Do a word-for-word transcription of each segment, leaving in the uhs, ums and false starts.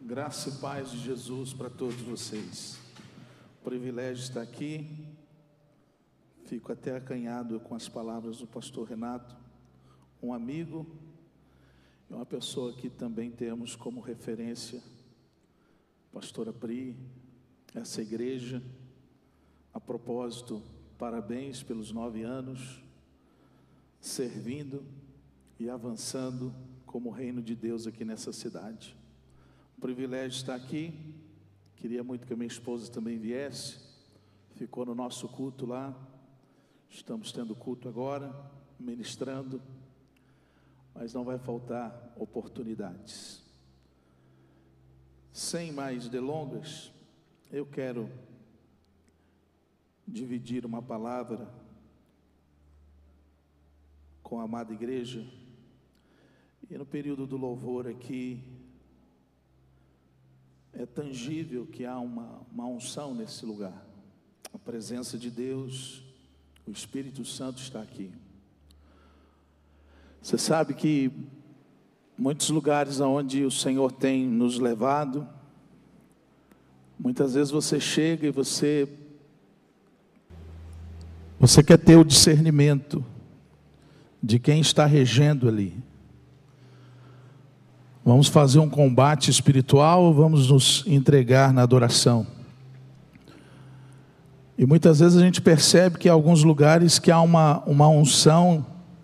Graça e paz de Jesus para todos vocês. Privilégio estar aqui. Fico até acanhado com as palavras do pastor Renato, um amigo e uma pessoa que também temos como referência, pastora Pri, essa igreja. A propósito, parabéns pelos nove anos, servindo e avançando como reino de Deus aqui nessa cidade. Um privilégio estar aqui. Queria muito que a minha esposa também viesse. Ficou no nosso culto lá. Estamos tendo culto agora, ministrando, mas não vai faltar oportunidades. Sem mais delongas, eu quero dividir uma palavra com a amada igreja. E no período do louvor aqui, é tangível que há uma, uma unção nesse lugar. A presença de Deus, o Espírito Santo está aqui. Você sabe que muitos lugares onde o Senhor tem nos levado, muitas vezes você chega e você você quer ter o discernimento de quem está regendo ali. Vamos fazer um combate espiritual ou vamos nos entregar na adoração? E muitas vezes a gente percebe que em alguns lugares que há uma, uma unção,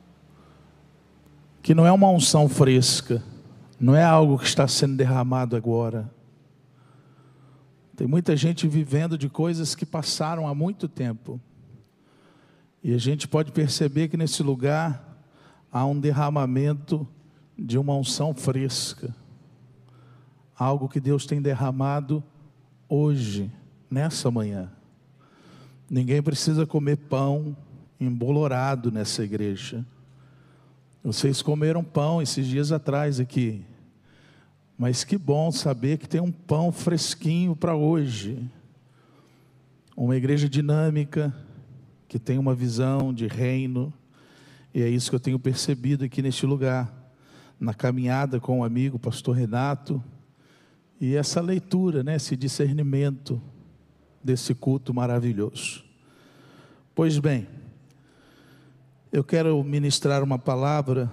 que não é uma unção fresca, não é algo que está sendo derramado agora. Tem muita gente vivendo de coisas que passaram há muito tempo. E a gente pode perceber que nesse lugar há um derramamento de uma unção fresca, algo que Deus tem derramado hoje, nessa manhã. Ninguém precisa comer pão embolorado nessa igreja. Vocês comeram pão esses dias atrás aqui, mas que bom saber que tem um pão fresquinho para hoje. Uma igreja dinâmica, que tem uma visão de reino, e é isso que eu tenho percebido aqui neste lugar, na caminhada com o amigo pastor Renato, e essa leitura, né, esse discernimento desse culto maravilhoso. Pois bem, eu quero ministrar uma palavra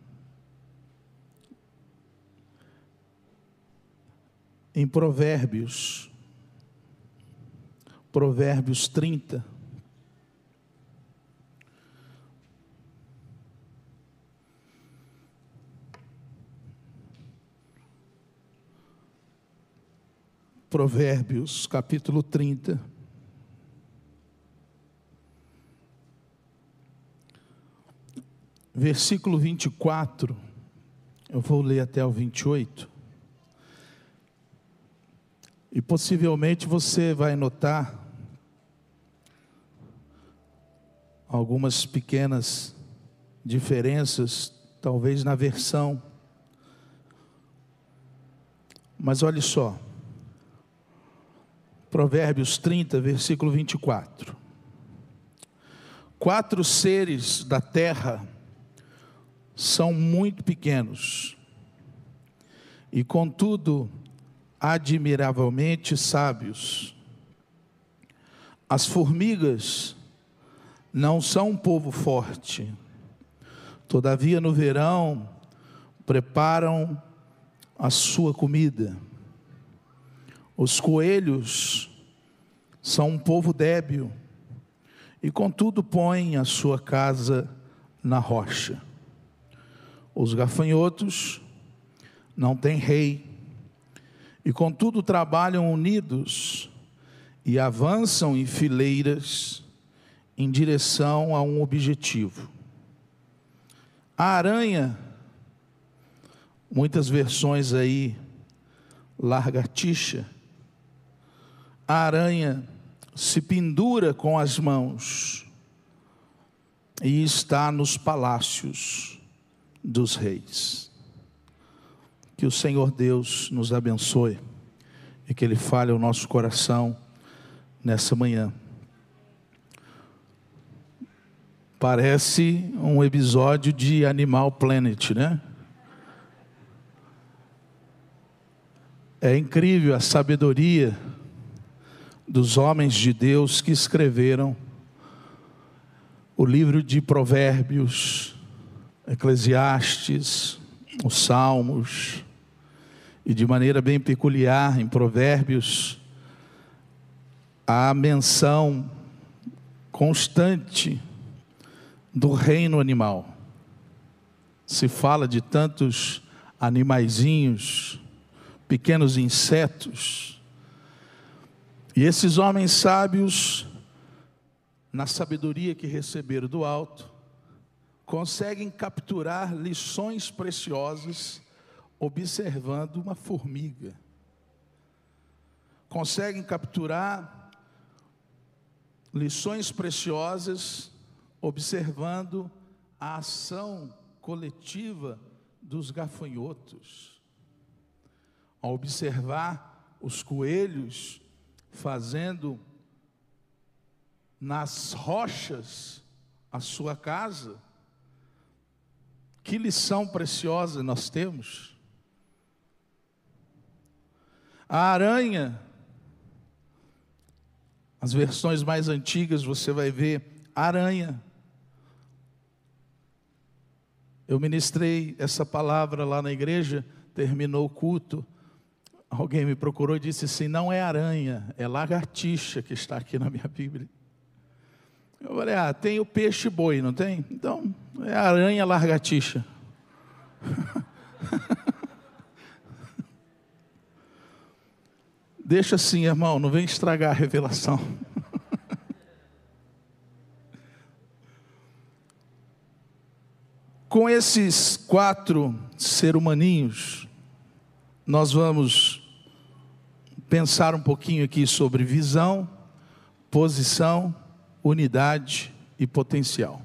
em Provérbios, Provérbios trinta, Provérbios, capítulo trinta, versículo vinte e quatro, eu vou ler até o vinte e oito, e possivelmente você vai notar algumas pequenas diferenças, talvez na versão, mas olhe só, Provérbios trinta, versículo vinte e quatro. Quatro seres da terra são muito pequenos, e contudo, admiravelmente sábios. As formigas não são um povo forte, todavia no verão preparam a sua comida. Os coelhos são um povo débil, e contudo põem a sua casa na rocha. Os gafanhotos não têm rei, e contudo trabalham unidos, e avançam em fileiras, em direção a um objetivo. A aranha, muitas versões aí, lagartixa, a aranha se pendura com as mãos e está nos palácios dos reis. Que o Senhor Deus nos abençoe e que Ele fale ao nosso coração nessa manhã. Parece um episódio de Animal Planet, né? É incrível a sabedoria dos homens de Deus que escreveram o livro de Provérbios, Eclesiastes, os Salmos, e de maneira bem peculiar em Provérbios, há menção constante do reino animal. Se fala de tantos animaizinhos, pequenos insetos, e esses homens sábios, na sabedoria que receberam do alto, conseguem capturar lições preciosas observando uma formiga. Conseguem capturar lições preciosas observando a ação coletiva dos gafanhotos. Ao observar os coelhos fazendo nas rochas a sua casa, que lição preciosa nós temos. A aranha, as versões mais antigas você vai ver aranha. Eu ministrei essa palavra lá na igreja, terminou o culto, alguém me procurou e disse assim: não é aranha, é lagartixa que está aqui na minha Bíblia. Eu falei: ah, tem o peixe boi, não tem? Então, é aranha lagartixa. Deixa assim, irmão, não vem estragar a revelação. Com esses quatro ser-humaninhos, nós vamos pensar um pouquinho aqui sobre visão, posição, unidade e potencial.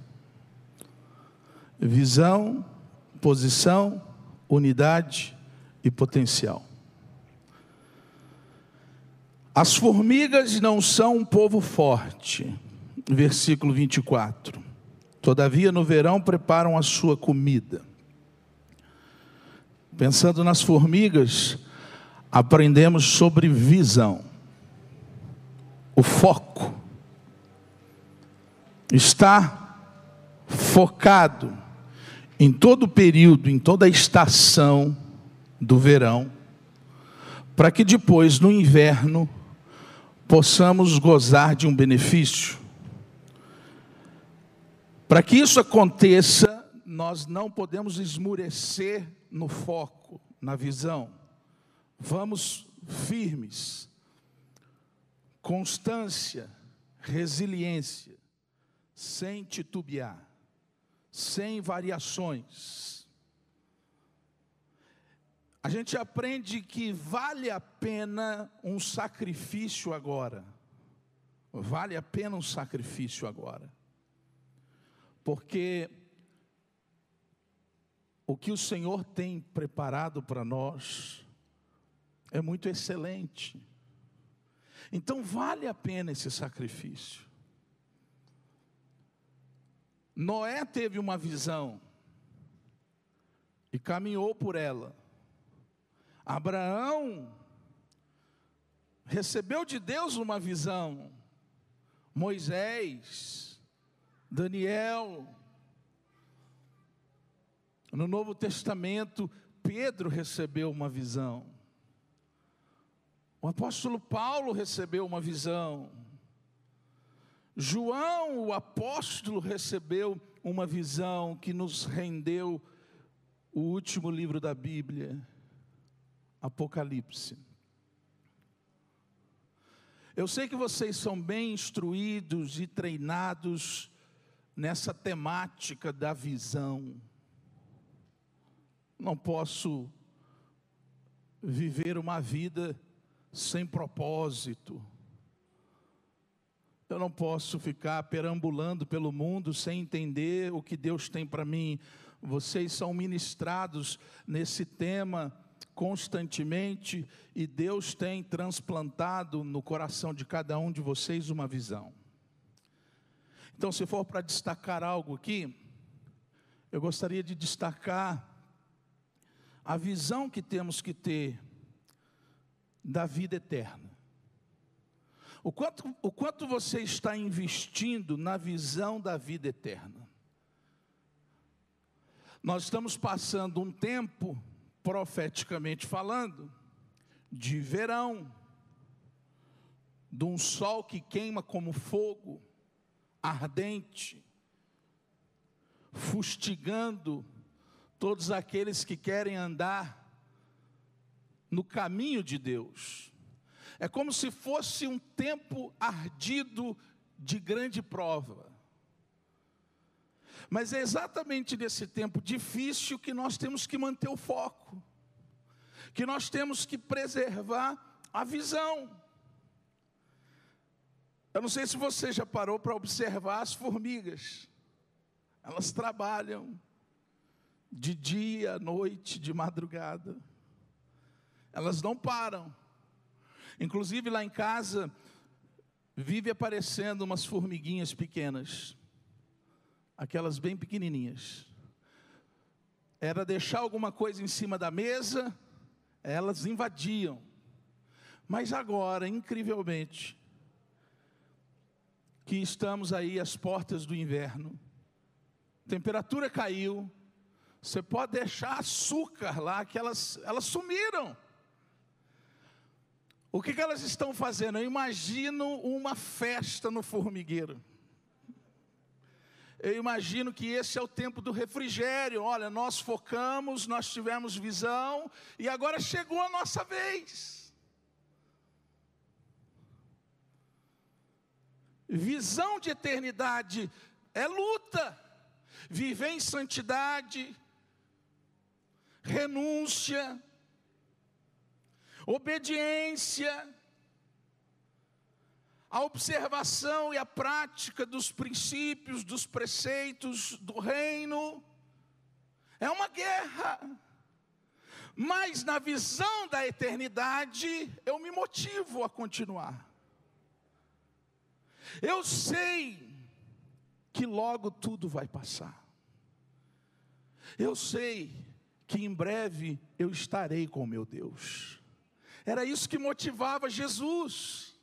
Visão, posição, unidade e potencial. As formigas não são um povo forte, versículo vinte e quatro. Todavia no verão preparam a sua comida. Pensando nas formigas, aprendemos sobre visão. O foco está focado em todo o período, em toda a estação do verão, para que depois no inverno possamos gozar de um benefício. Para que isso aconteça, nós não podemos esmurecer no foco, na visão. Vamos firmes, constância, resiliência, sem titubear, sem variações. A gente aprende que vale a pena um sacrifício agora. Vale a pena um sacrifício agora. Porque o que o Senhor tem preparado para nós é muito excelente. Então vale a pena esse sacrifício. Noé teve uma visão e caminhou por ela. Abraão recebeu de Deus uma visão. Moisés, Daniel. No Novo Testamento, Pedro recebeu uma visão. O apóstolo Paulo recebeu uma visão. João, o apóstolo, recebeu uma visão que nos rendeu o último livro da Bíblia, Apocalipse. Eu sei que vocês são bem instruídos e treinados nessa temática da visão. Não posso viver uma vida sem propósito. Eu não posso ficar perambulando pelo mundo sem entender o que Deus tem para mim. Vocês são ministrados nesse tema constantemente e Deus tem transplantado no coração de cada um de vocês uma visão. Então, se for para destacar algo aqui, eu gostaria de destacar a visão que temos que ter da vida eterna. O quanto, o quanto você está investindo na visão da vida eterna? Nós estamos passando um tempo, profeticamente falando, de verão, de um sol que queima como fogo, ardente, fustigando todos aqueles que querem andar no caminho de Deus. É como se fosse um tempo ardido de grande prova. Mas é exatamente nesse tempo difícil que nós temos que manter o foco, que nós temos que preservar a visão. Eu não sei se você já parou para observar as formigas. Elas trabalham de dia, noite, de madrugada. Elas não param. Inclusive lá em casa, vive aparecendo umas formiguinhas pequenas. Aquelas bem pequenininhas. Era deixar alguma coisa em cima da mesa, elas invadiam. Mas agora, incrivelmente, que estamos aí às portas do inverno, a temperatura caiu, você pode deixar açúcar lá, que elas, elas sumiram. O que, que elas estão fazendo? Eu imagino uma festa no formigueiro. Eu imagino que esse é o tempo do refrigério. Olha, nós focamos, nós tivemos visão, e agora chegou a nossa vez. Visão de eternidade é luta, viver em santidade, renúncia, obediência, a observação e a prática dos princípios, dos preceitos do reino. É uma guerra. Mas na visão da eternidade, eu me motivo a continuar. Eu sei que logo tudo vai passar. Eu sei que em breve eu estarei com meu Deus. Era isso que motivava Jesus.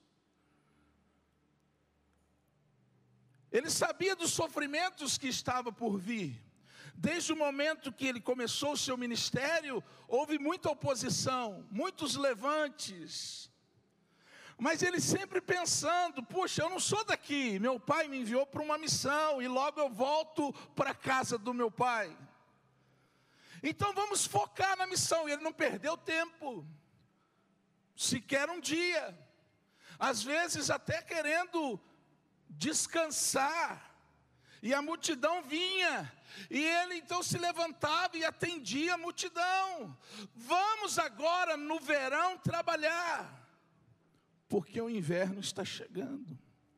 Ele sabia dos sofrimentos que estava por vir. Desde o momento que ele começou o seu ministério, houve muita oposição, muitos levantes. Mas ele sempre pensando, puxa, eu não sou daqui, meu pai me enviou para uma missão, e logo eu volto para a casa do meu pai. Então vamos focar na missão, e ele não perdeu tempo, sequer um dia, às vezes até querendo descansar, e a multidão vinha, e ele então se levantava e atendia a multidão. Vamos agora no verão trabalhar, porque o inverno está chegando.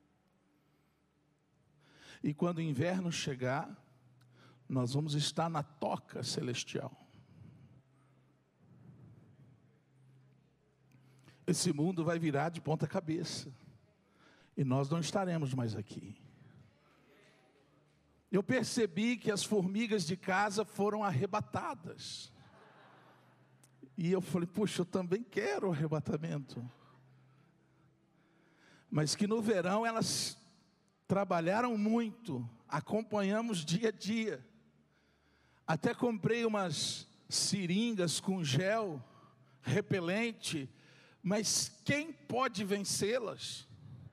E quando o inverno chegar, nós vamos estar na toca celestial. Esse mundo vai virar de ponta cabeça, e nós não estaremos mais aqui. Eu percebi que as formigas de casa foram arrebatadas. E eu falei, puxa, eu também quero o arrebatamento. Mas que no verão elas trabalharam muito, acompanhamos dia a dia. Até comprei umas seringas com gel repelente, mas quem pode vencê-las?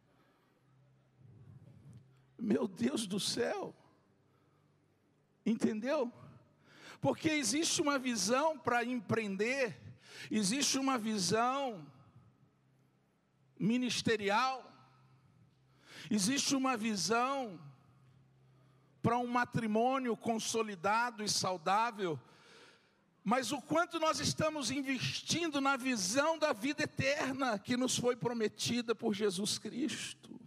Meu Deus do céu, entendeu? Porque existe uma visão para empreender, existe uma visão ministerial, existe uma visão para um matrimônio consolidado e saudável, mas o quanto nós estamos investindo na visão da vida eterna que nos foi prometida por Jesus Cristo.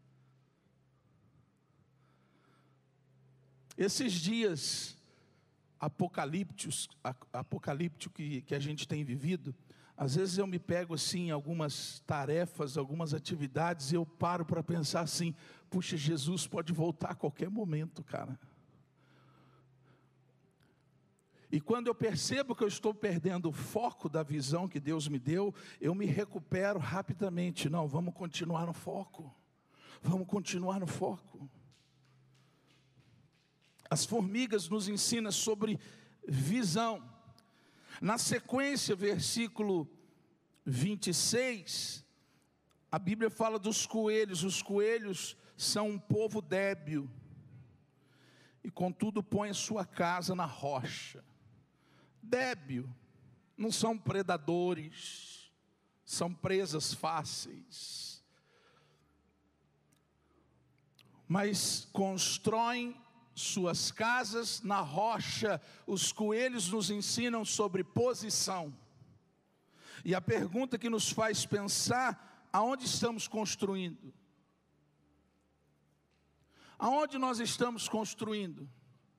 Esses dias apocalípticos, apocalíptico que, que a gente tem vivido, às vezes eu me pego assim em algumas tarefas, algumas atividades, e eu paro para pensar assim, puxa, Jesus pode voltar a qualquer momento, cara. E quando eu percebo que eu estou perdendo o foco da visão que Deus me deu, eu me recupero rapidamente. Não, vamos continuar no foco. Vamos continuar no foco. As formigas nos ensinam sobre visão. Na sequência, versículo vinte e seis, a Bíblia fala dos coelhos. Os coelhos são um povo débil, e contudo põe a sua casa na rocha. Débil, não são predadores, são presas fáceis, mas constroem suas casas na rocha. Os coelhos nos ensinam sobre posição. E a pergunta que nos faz pensar: aonde estamos construindo? Aonde nós estamos construindo?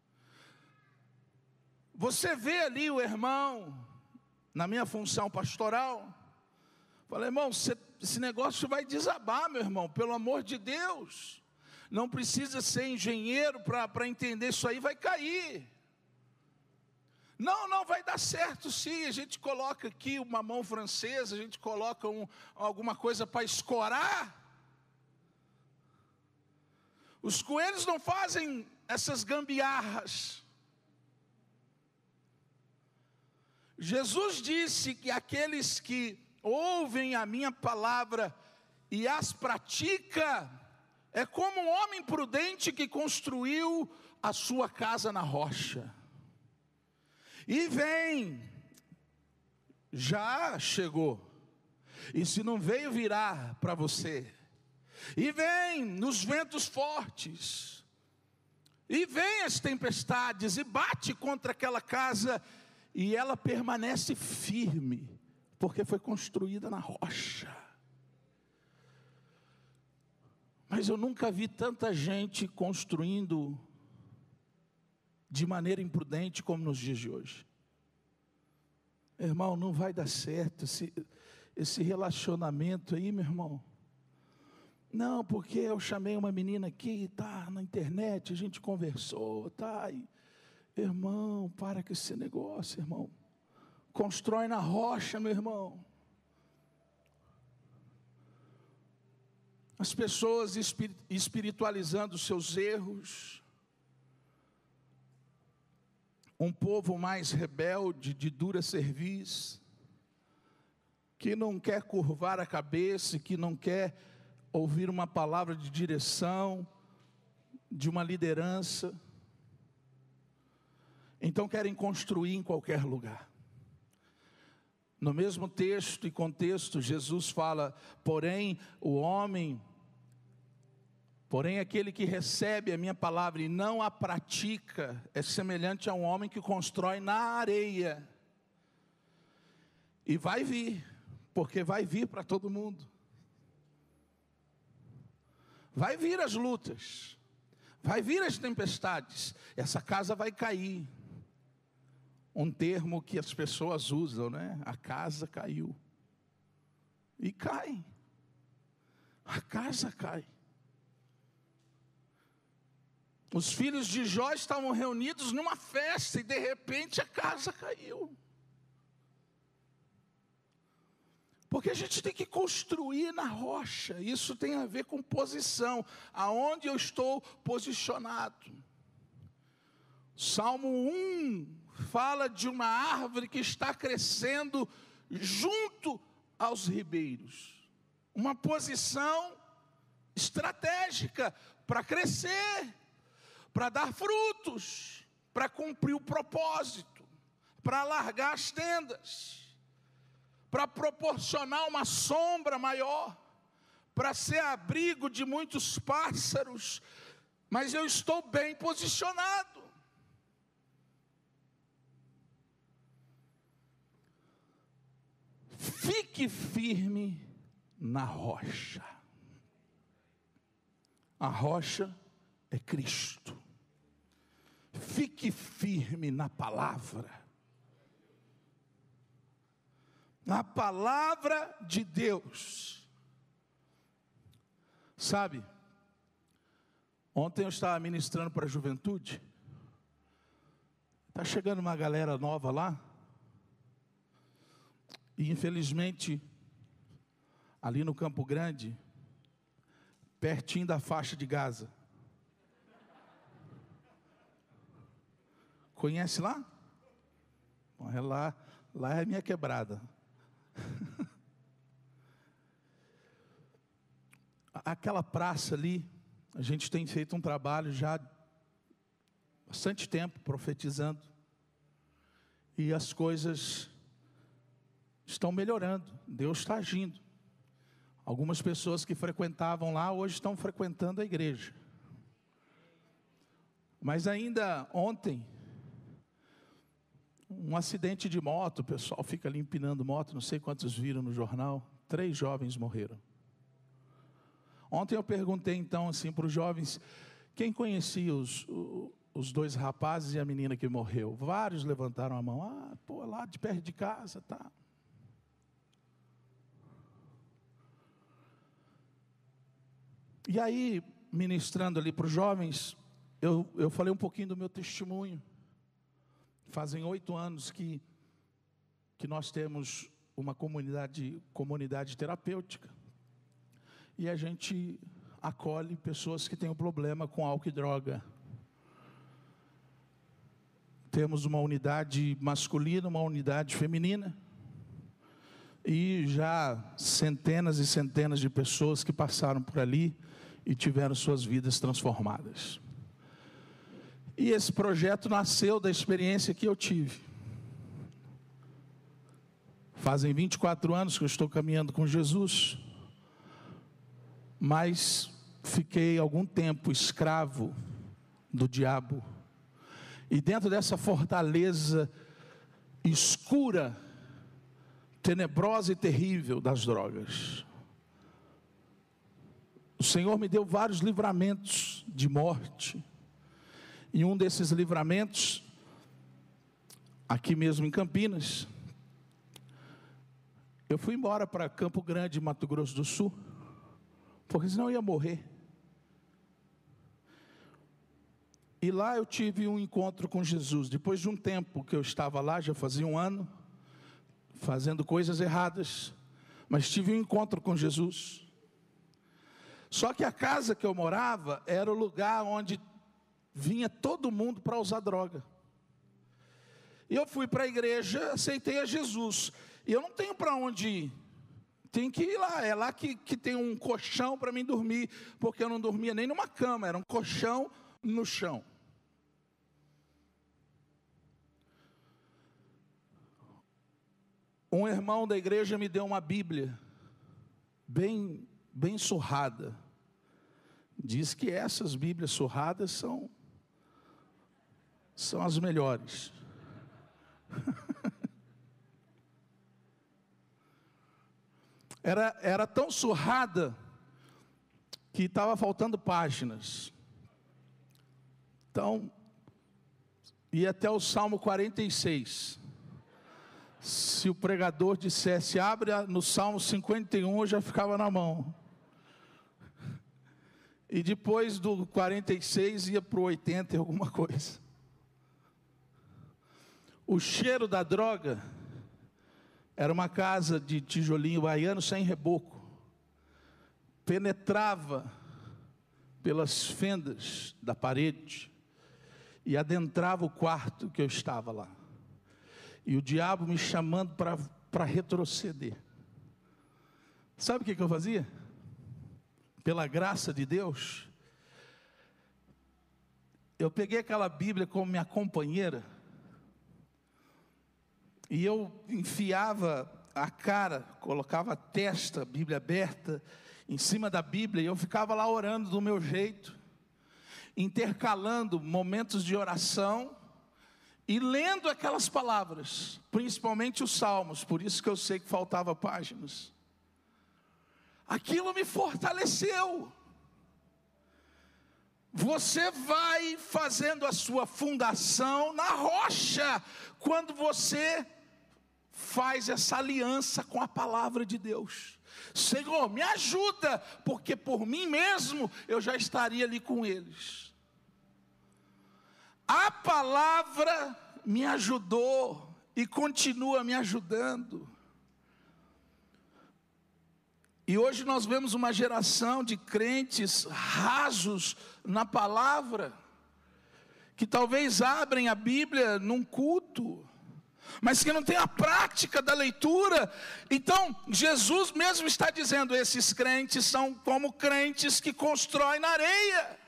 Você vê ali o irmão, na minha função pastoral, falei: irmão, esse negócio vai desabar, meu irmão, pelo amor de Deus. Não precisa ser engenheiro para entender isso aí, vai cair. Não, não vai dar certo sim. A gente coloca aqui uma mão francesa, a gente coloca um, alguma coisa para escorar. Os coelhos não fazem essas gambiarras. Jesus disse que aqueles que ouvem a minha palavra e as pratica, é como um homem prudente que construiu a sua casa na rocha. E vem, já chegou, e se não veio, virá para você. E vem nos ventos fortes, e vem as tempestades, e bate contra aquela casa, e ela permanece firme, porque foi construída na rocha. Mas eu nunca vi tanta gente construindo de maneira imprudente como nos dias de hoje. Irmão, não vai dar certo esse, esse relacionamento aí, meu irmão. Não, porque eu chamei uma menina aqui, tá, na internet, a gente conversou, tá, e, irmão, para com esse negócio, irmão. Constrói na rocha, meu irmão. As pessoas espiritualizando os seus erros. Um povo mais rebelde, de dura cerviz, que não quer curvar a cabeça, que não quer ouvir uma palavra de direção, de uma liderança. Então querem construir em qualquer lugar. No mesmo texto e contexto, Jesus fala: porém o homem, porém aquele que recebe a minha palavra e não a pratica, é semelhante a um homem que constrói na areia. E vai vir, porque vai vir para todo mundo. Vai vir as lutas, vai vir as tempestades, essa casa vai cair. Um termo que as pessoas usam, né? A casa caiu. E cai. A casa cai. Os filhos de Jó estavam reunidos numa festa e de repente a casa caiu. Porque a gente tem que construir na rocha. Isso tem a ver com posição. Aonde eu estou posicionado. Salmo um fala de uma árvore que está crescendo junto aos ribeiros. Uma posição estratégica para crescer, para dar frutos, para cumprir o propósito, para alargar as tendas, para proporcionar uma sombra maior, para ser abrigo de muitos pássaros. Mas eu estou bem posicionado. Fique firme na rocha. A rocha é Cristo. Fique firme na palavra. Na palavra de Deus. Sabe, ontem eu estava ministrando para a juventude. Está chegando uma galera nova lá, e infelizmente, ali no Campo Grande, pertinho da faixa de Gaza. Conhece lá? Bom, é lá, lá é a minha quebrada. Aquela praça ali, a gente tem feito um trabalho já há bastante tempo, profetizando. E as coisas estão melhorando, Deus está agindo. Algumas pessoas que frequentavam lá, hoje estão frequentando a igreja. Mas ainda ontem, um acidente de moto, o pessoal fica ali empinando moto, não sei quantos viram no jornal, três jovens morreram. Ontem eu perguntei então assim para os jovens, quem conhecia os, os dois rapazes e a menina que morreu? Vários levantaram a mão, ah, pô, lá de perto de casa, tá. E aí, ministrando ali para os jovens, eu, eu falei um pouquinho do meu testemunho. Fazem oito anos que, que nós temos uma comunidade, comunidade terapêutica. E a gente acolhe pessoas que têm um problema com álcool e droga. Temos uma unidade masculina, uma unidade feminina. E já centenas e centenas de pessoas que passaram por ali e tiveram suas vidas transformadas. E esse projeto nasceu da experiência que eu tive. Fazem vinte e quatro anos que eu estou caminhando com Jesus, mas fiquei algum tempo escravo do diabo. E dentro dessa fortaleza escura, tenebrosa e terrível das drogas, o Senhor me deu vários livramentos de morte. E um desses livramentos, aqui mesmo em Campinas, eu fui embora para Campo Grande, Mato Grosso do Sul, porque senão eu ia morrer. E lá eu tive um encontro com Jesus. Depois de um tempo que eu estava lá, já fazia um ano, fazendo coisas erradas, mas tive um encontro com Jesus. Só que a casa que eu morava era o lugar onde vinha todo mundo para usar droga. E eu fui para a igreja, aceitei a Jesus. E eu não tenho para onde ir. Tenho que ir lá. É lá que, que tem um colchão para mim dormir. Porque eu não dormia nem numa cama, era um colchão no chão. Um irmão da igreja me deu uma Bíblia, bem, bem surrada. Diz que essas Bíblias surradas são, são as melhores. Era, era tão surrada que estava faltando páginas. Então, ia até o Salmo quarenta e seis. Se o pregador dissesse, abre no Salmo cinquenta e um, eu já ficava na mão. E depois do quarenta e seis ia para o oitenta e alguma coisa. O cheiro da droga era uma casa de tijolinho baiano sem reboco. Penetrava pelas fendas da parede e adentrava o quarto que eu estava lá. E o diabo me chamando para para retroceder. Sabe o que, que eu fazia? Pela graça de Deus, eu peguei aquela Bíblia como minha companheira, e eu enfiava a cara, colocava a testa, a Bíblia aberta, em cima da Bíblia, e eu ficava lá orando do meu jeito, intercalando momentos de oração, e lendo aquelas palavras, principalmente os salmos, por isso que eu sei que faltava páginas. Aquilo me fortaleceu. Você vai fazendo a sua fundação na rocha, quando você faz essa aliança com a palavra de Deus. Senhor, me ajuda, porque por mim mesmo eu já estaria ali com eles. A palavra me ajudou e continua me ajudando. E hoje nós vemos uma geração de crentes rasos na palavra, que talvez abrem a Bíblia num culto, mas que não tem a prática da leitura. Então, Jesus mesmo está dizendo, esses crentes são como crentes que constroem na areia.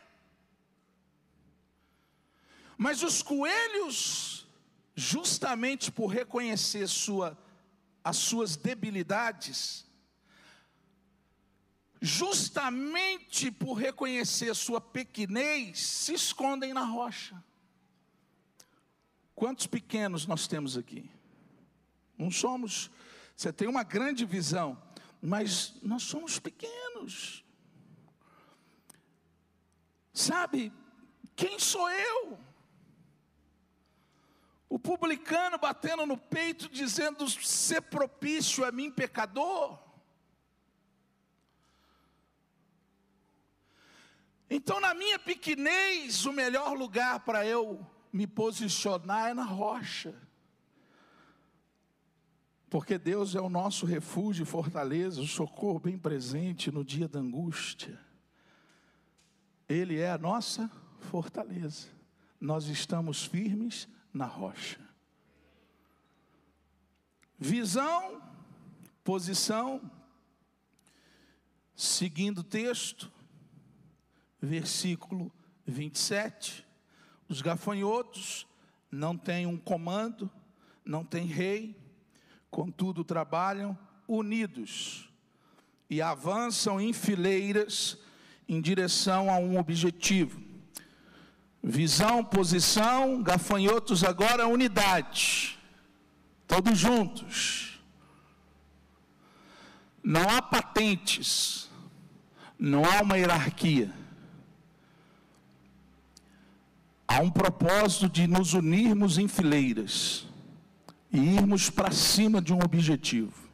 Mas os coelhos, justamente por reconhecer sua, as suas debilidades, justamente por reconhecer sua pequenez, se escondem na rocha. Quantos pequenos nós temos aqui? Não somos, você tem uma grande visão, mas nós somos pequenos. Sabe, quem sou eu? O publicano batendo no peito, dizendo, ser propício a mim, pecador. Então, na minha pequenez, o melhor lugar para eu me posicionar é na rocha. Porque Deus é o nosso refúgio e fortaleza, o socorro bem presente no dia da angústia. Ele é a nossa fortaleza. Nós estamos firmes na rocha. Visão, posição, seguindo o texto, versículo vinte e sete. Os gafanhotos não têm um comando, não têm rei, contudo trabalham unidos e avançam em fileiras em direção a um objetivo. Visão, posição, gafanhotos agora unidade, todos juntos. Não há patentes, não há uma hierarquia. Há um propósito de nos unirmos em fileiras e irmos para cima de um objetivo.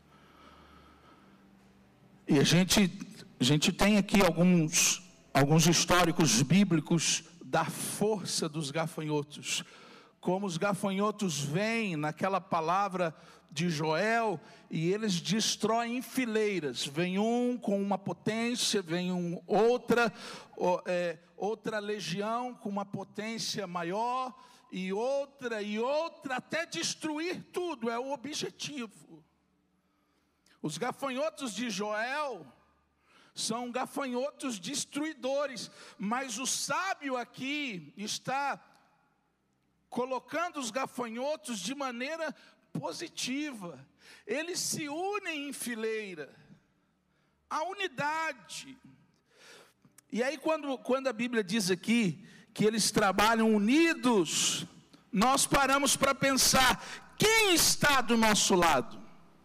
E a gente, a gente tem aqui alguns, alguns históricos bíblicos da força dos gafanhotos. Como os gafanhotos vêm naquela palavra de Joel e eles destroem em fileiras. Vem um com uma potência, vem um, outra, é, outra legião com uma potência maior, e outra, e outra, até destruir tudo, é o objetivo. Os gafanhotos de Joel são gafanhotos destruidores, mas o sábio aqui está colocando os gafanhotos de maneira positiva. Eles se unem em fileira, a unidade. E aí quando, quando a Bíblia diz aqui que eles trabalham unidos, nós paramos para pensar, quem está do nosso lado?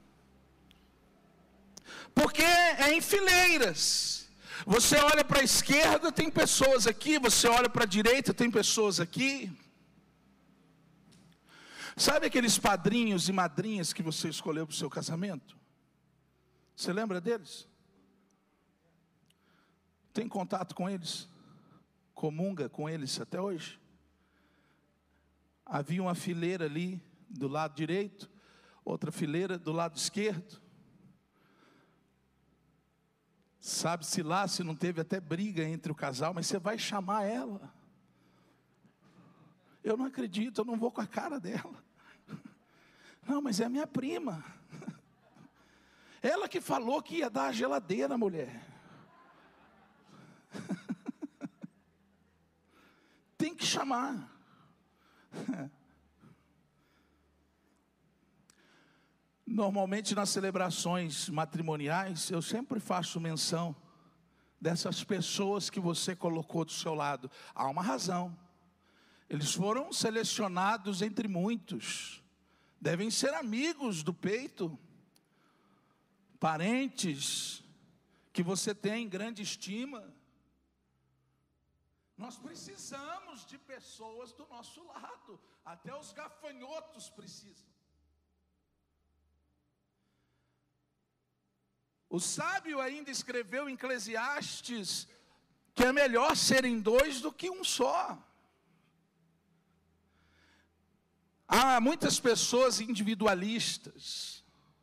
Porque é em fileiras. Você olha para a esquerda, tem pessoas aqui. Você olha para a direita, tem pessoas aqui. Sabe aqueles padrinhos e madrinhas que você escolheu para o seu casamento? Você lembra deles? Tem contato com eles? Comunga com eles até hoje? Havia uma fileira ali do lado direito, outra fileira do lado esquerdo. Sabe-se lá se não teve até briga entre o casal, mas você vai chamar ela. Eu não acredito, eu não vou com a cara dela. Não, mas é a minha prima. Ela que falou que ia dar a geladeira, mulher. Tem que chamar. Normalmente nas celebrações matrimoniais, eu sempre faço menção dessas pessoas que você colocou do seu lado. Há uma razão. Eles foram selecionados entre muitos. Devem ser amigos do peito, parentes que você tem em grande estima. Nós precisamos de pessoas do nosso lado. Até os gafanhotos precisam. O sábio ainda escreveu em Eclesiastes que é melhor serem dois do que um só. Há muitas pessoas individualistas.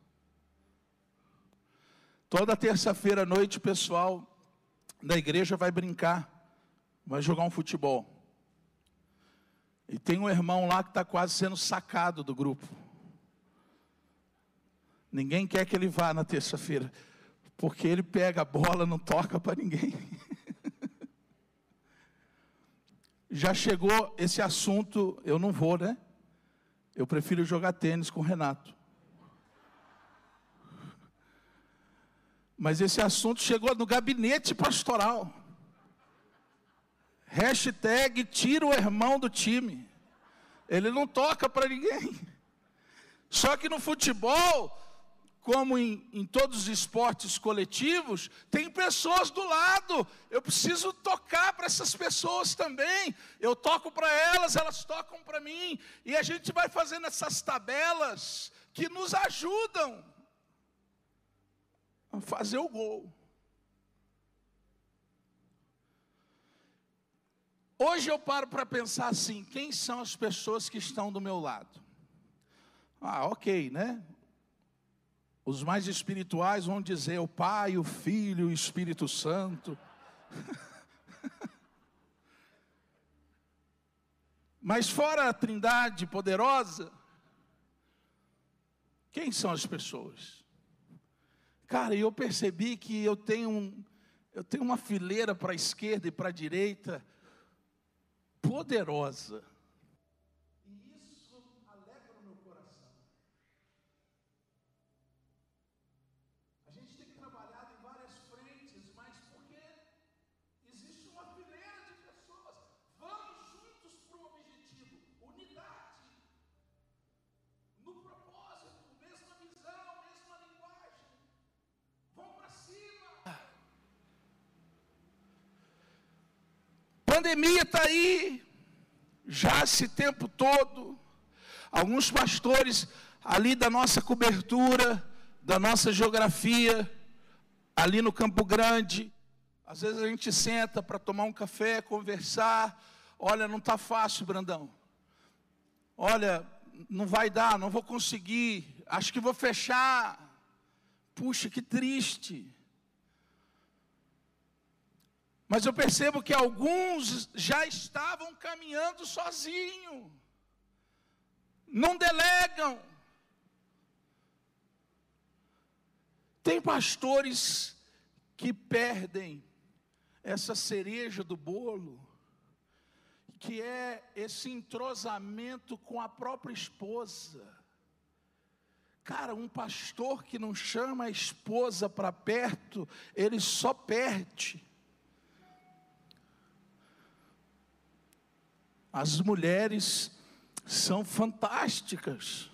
Toda terça-feira à noite o pessoal da igreja vai brincar, vai jogar um futebol. E tem um irmão lá que está quase sendo sacado do grupo. Ninguém quer que ele vá na terça-feira, porque ele pega a bola, não toca para ninguém. Já chegou esse assunto, eu não vou, né? Eu prefiro jogar tênis com o Renato. Mas esse assunto chegou no gabinete pastoral. Hashtag tira o irmão do time. Ele não toca para ninguém. Só que no futebol, como em, em todos os esportes coletivos, tem pessoas do lado. Eu preciso tocar para essas pessoas também. Eu toco para elas, elas tocam para mim. E a gente vai fazendo essas tabelas que nos ajudam a fazer o gol. Hoje eu paro para pensar assim, quem são as pessoas que estão do meu lado? Ah, ok, né? Os mais espirituais vão dizer o Pai, o Filho, o Espírito Santo. Mas fora a Trindade poderosa, quem são as pessoas? Cara, eu percebi que eu tenho, um, eu tenho uma fileira para a esquerda e para a direita poderosa. E isso alegra o meu coração. A gente tem trabalhado em várias frentes, mas porque existe uma fileira de pessoas. Vamos juntos para o objetivo, unidade, no propósito, mesma visão, mesma linguagem. Vamos para cima. Pandemia está aí, já esse tempo todo. Alguns pastores ali da nossa cobertura, da nossa geografia, ali no Campo Grande, às vezes a gente senta para tomar um café, conversar. Olha, não está fácil, Brandão. Olha, não vai dar, não vou conseguir, acho que vou fechar. Puxa, que triste. Mas eu percebo que alguns já estavam caminhando sozinhos. Não delegam. Tem pastores que perdem essa cereja do bolo, que é esse entrosamento com a própria esposa. Cara, um pastor que não chama a esposa para perto, ele só perde. As mulheres são fantásticas.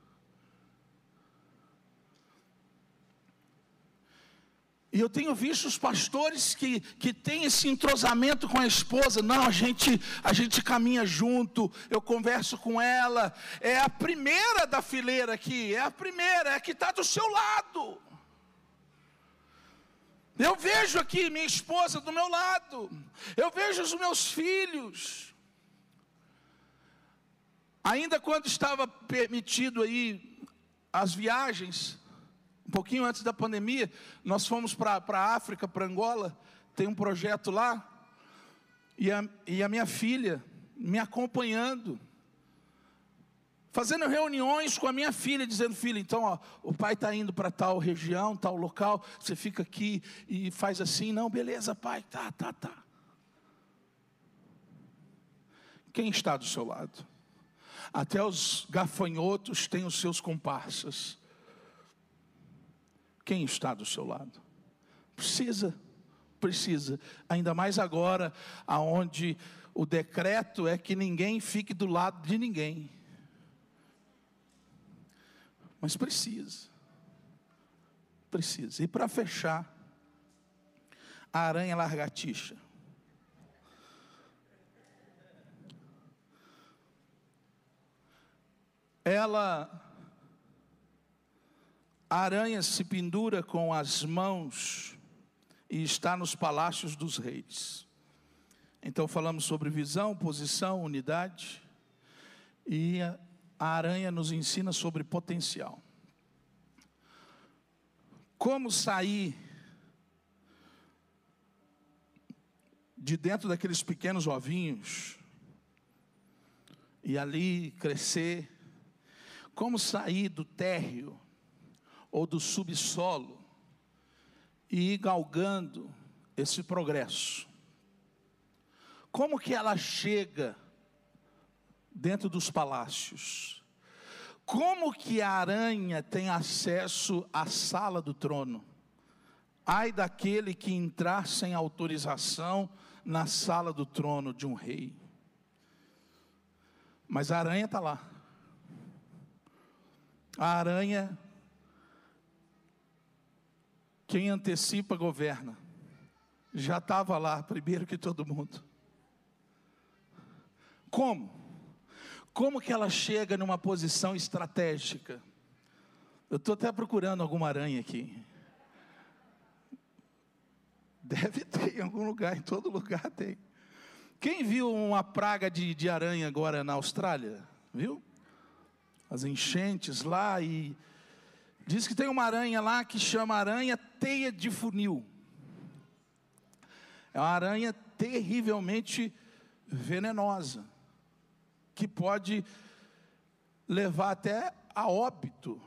E eu tenho visto os pastores que, que têm esse entrosamento com a esposa. Não, a gente, a gente caminha junto, eu converso com ela. É a primeira da fileira aqui, é a primeira, é a que está do seu lado. Eu vejo aqui minha esposa do meu lado, eu vejo os meus filhos. Ainda quando estava permitido aí as viagens, um pouquinho antes da pandemia, nós fomos para a África, para Angola, tem um projeto lá, e a, e a minha filha me acompanhando, fazendo reuniões com a minha filha, dizendo: filha, então ó, o pai está indo para tal região, tal local, você fica aqui e faz assim. Não, beleza pai, tá, tá, tá. Quem está do seu lado? Até os gafanhotos têm os seus comparsas. Quem está do seu lado? Precisa, precisa. Ainda mais agora, aonde o decreto é que ninguém fique do lado de ninguém. Mas precisa. Precisa. E para fechar, a aranha largatixa. Ela, a aranha se pendura com as mãos e está nos palácios dos reis. Então falamos sobre visão, posição, unidade. E a aranha nos ensina sobre potencial. Como sair de dentro daqueles pequenos ovinhos e ali crescer. Como sair do térreo ou do subsolo e ir galgando esse progresso. Como que ela chega dentro dos palácios? Como que a aranha tem acesso à sala do trono? Ai daquele que entrar sem autorização na sala do trono de um rei. Mas a aranha está lá. A aranha, quem antecipa governa. Já estava lá primeiro que todo mundo. Como? Como que ela chega numa posição estratégica? Eu estou até procurando alguma aranha aqui. Deve ter em algum lugar, em todo lugar tem. Quem viu uma praga de, de aranha agora na Austrália? Viu? As enchentes lá, e diz que tem uma aranha lá que chama aranha teia de funil. É uma aranha terrivelmente venenosa, que pode levar até a óbito.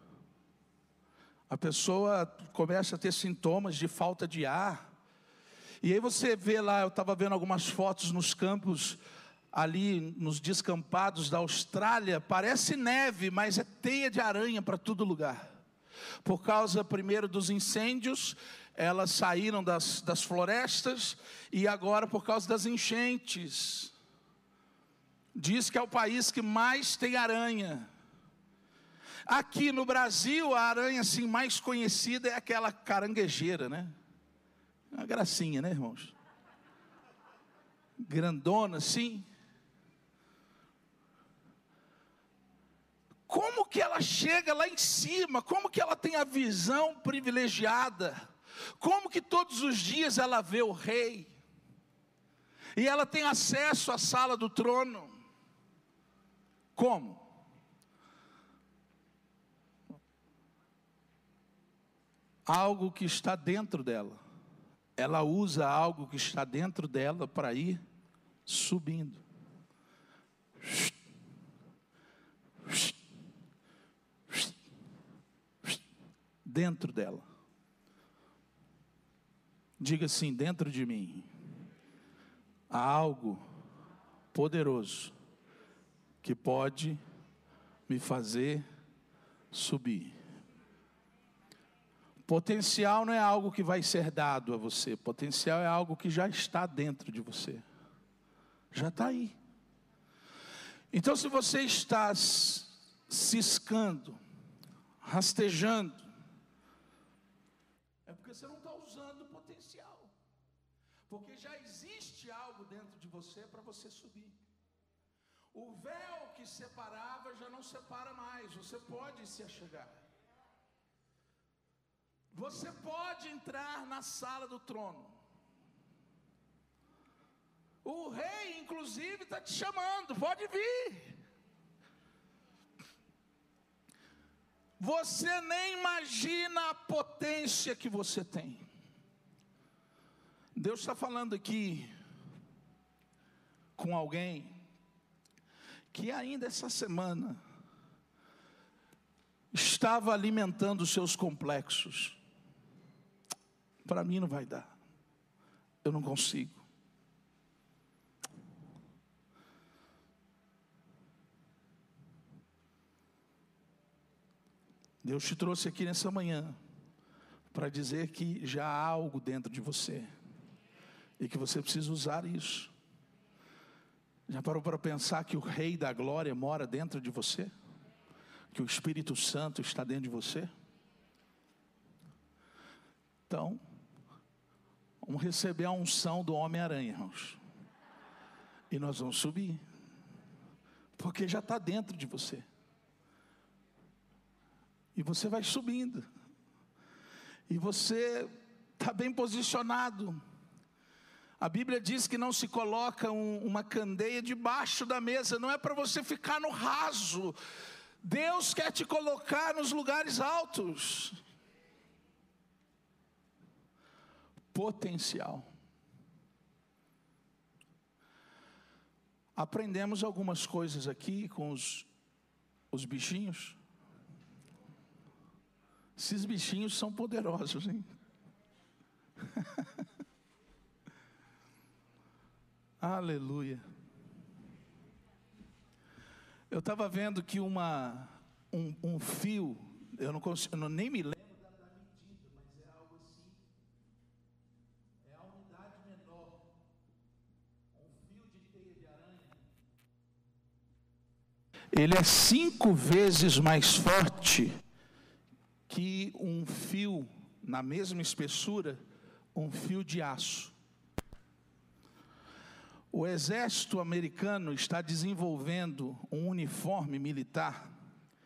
A pessoa começa a ter sintomas de falta de ar. E aí você vê lá, eu estava vendo algumas fotos nos campos, ali nos descampados da Austrália, parece neve, mas é teia de aranha para todo lugar. Por causa primeiro dos incêndios, elas saíram das, das florestas, e agora por causa das enchentes. Diz que é o país que mais tem aranha. Aqui no Brasil, a aranha assim mais conhecida é aquela caranguejeira, né? Uma gracinha, né, irmãos? Grandona, assim. Como que ela chega lá em cima? Como que ela tem a visão privilegiada? Como que todos os dias ela vê o rei? E ela tem acesso à sala do trono? Como? Algo que está dentro dela. Ela usa algo que está dentro dela para ir subindo. Dentro dela. Diga assim: dentro de mim há algo poderoso que pode me fazer subir. Potencial não é algo que vai ser dado a você. Potencial é algo que já está dentro de você. Já está aí. Então, se você está ciscando, rastejando, é porque você não está usando o potencial. Porque já existe algo dentro de você para você subir. O véu que separava já não separa mais. Você pode se achegar. Você pode entrar na sala do trono. O rei, inclusive, está te chamando. Pode vir. Você nem imagina a potência que você tem. Deus está falando aqui com alguém que ainda essa semana estava alimentando os seus complexos. Para mim não vai dar. Eu não consigo. Deus te trouxe aqui nessa manhã para dizer que já há algo dentro de você e que você precisa usar isso. Já parou para pensar que o Rei da Glória mora dentro de você? Que o Espírito Santo está dentro de você? Então, vamos receber a unção do Homem-Aranha, irmãos. E nós vamos subir. Porque já está dentro de você. E você vai subindo. E você está bem posicionado. A Bíblia diz que não se coloca um, uma candeia debaixo da mesa, não é para você ficar no raso. Deus quer te colocar nos lugares altos. Potencial. Aprendemos algumas coisas aqui com os, os bichinhos. Esses bichinhos são poderosos, hein? Aleluia. Eu estava vendo que uma, um, um fio, eu não consigo, eu não, nem me lembro da, da medida, mas é algo assim, é a unidade menor, um fio de teia de aranha, ele é cinco vezes mais forte que um fio, na mesma espessura, um fio de aço. O exército americano está desenvolvendo um uniforme militar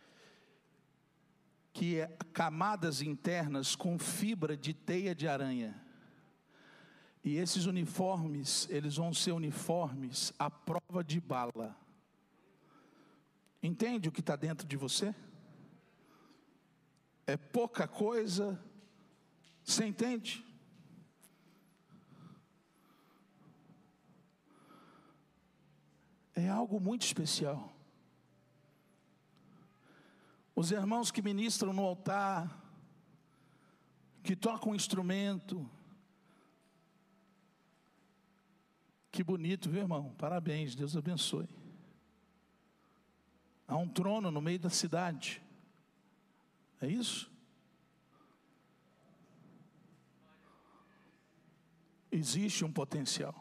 que é camadas internas com fibra de teia de aranha. E esses uniformes, eles vão ser uniformes à prova de bala. Entende o que está dentro de você? É pouca coisa, você entende? É algo muito especial. Os irmãos que ministram no altar, que tocam um instrumento, que bonito, viu, irmão? Parabéns, Deus abençoe. Há um trono no meio da cidade. É isso? Existe um potencial.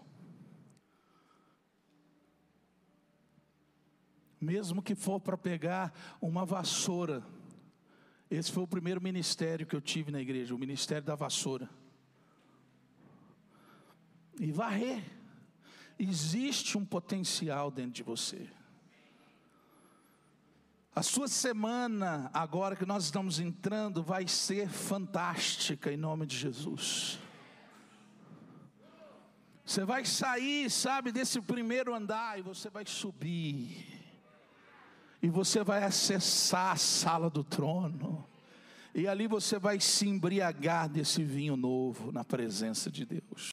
Mesmo que for para pegar uma vassoura. Esse foi o primeiro ministério que eu tive na igreja, o ministério da vassoura. E varrer. Existe um potencial dentro de você. A sua semana, agora que nós estamos entrando, vai ser fantástica em nome de Jesus. Você vai sair, sabe, desse primeiro andar e você vai subir. E você vai acessar a sala do trono. E ali você vai se embriagar desse vinho novo na presença de Deus.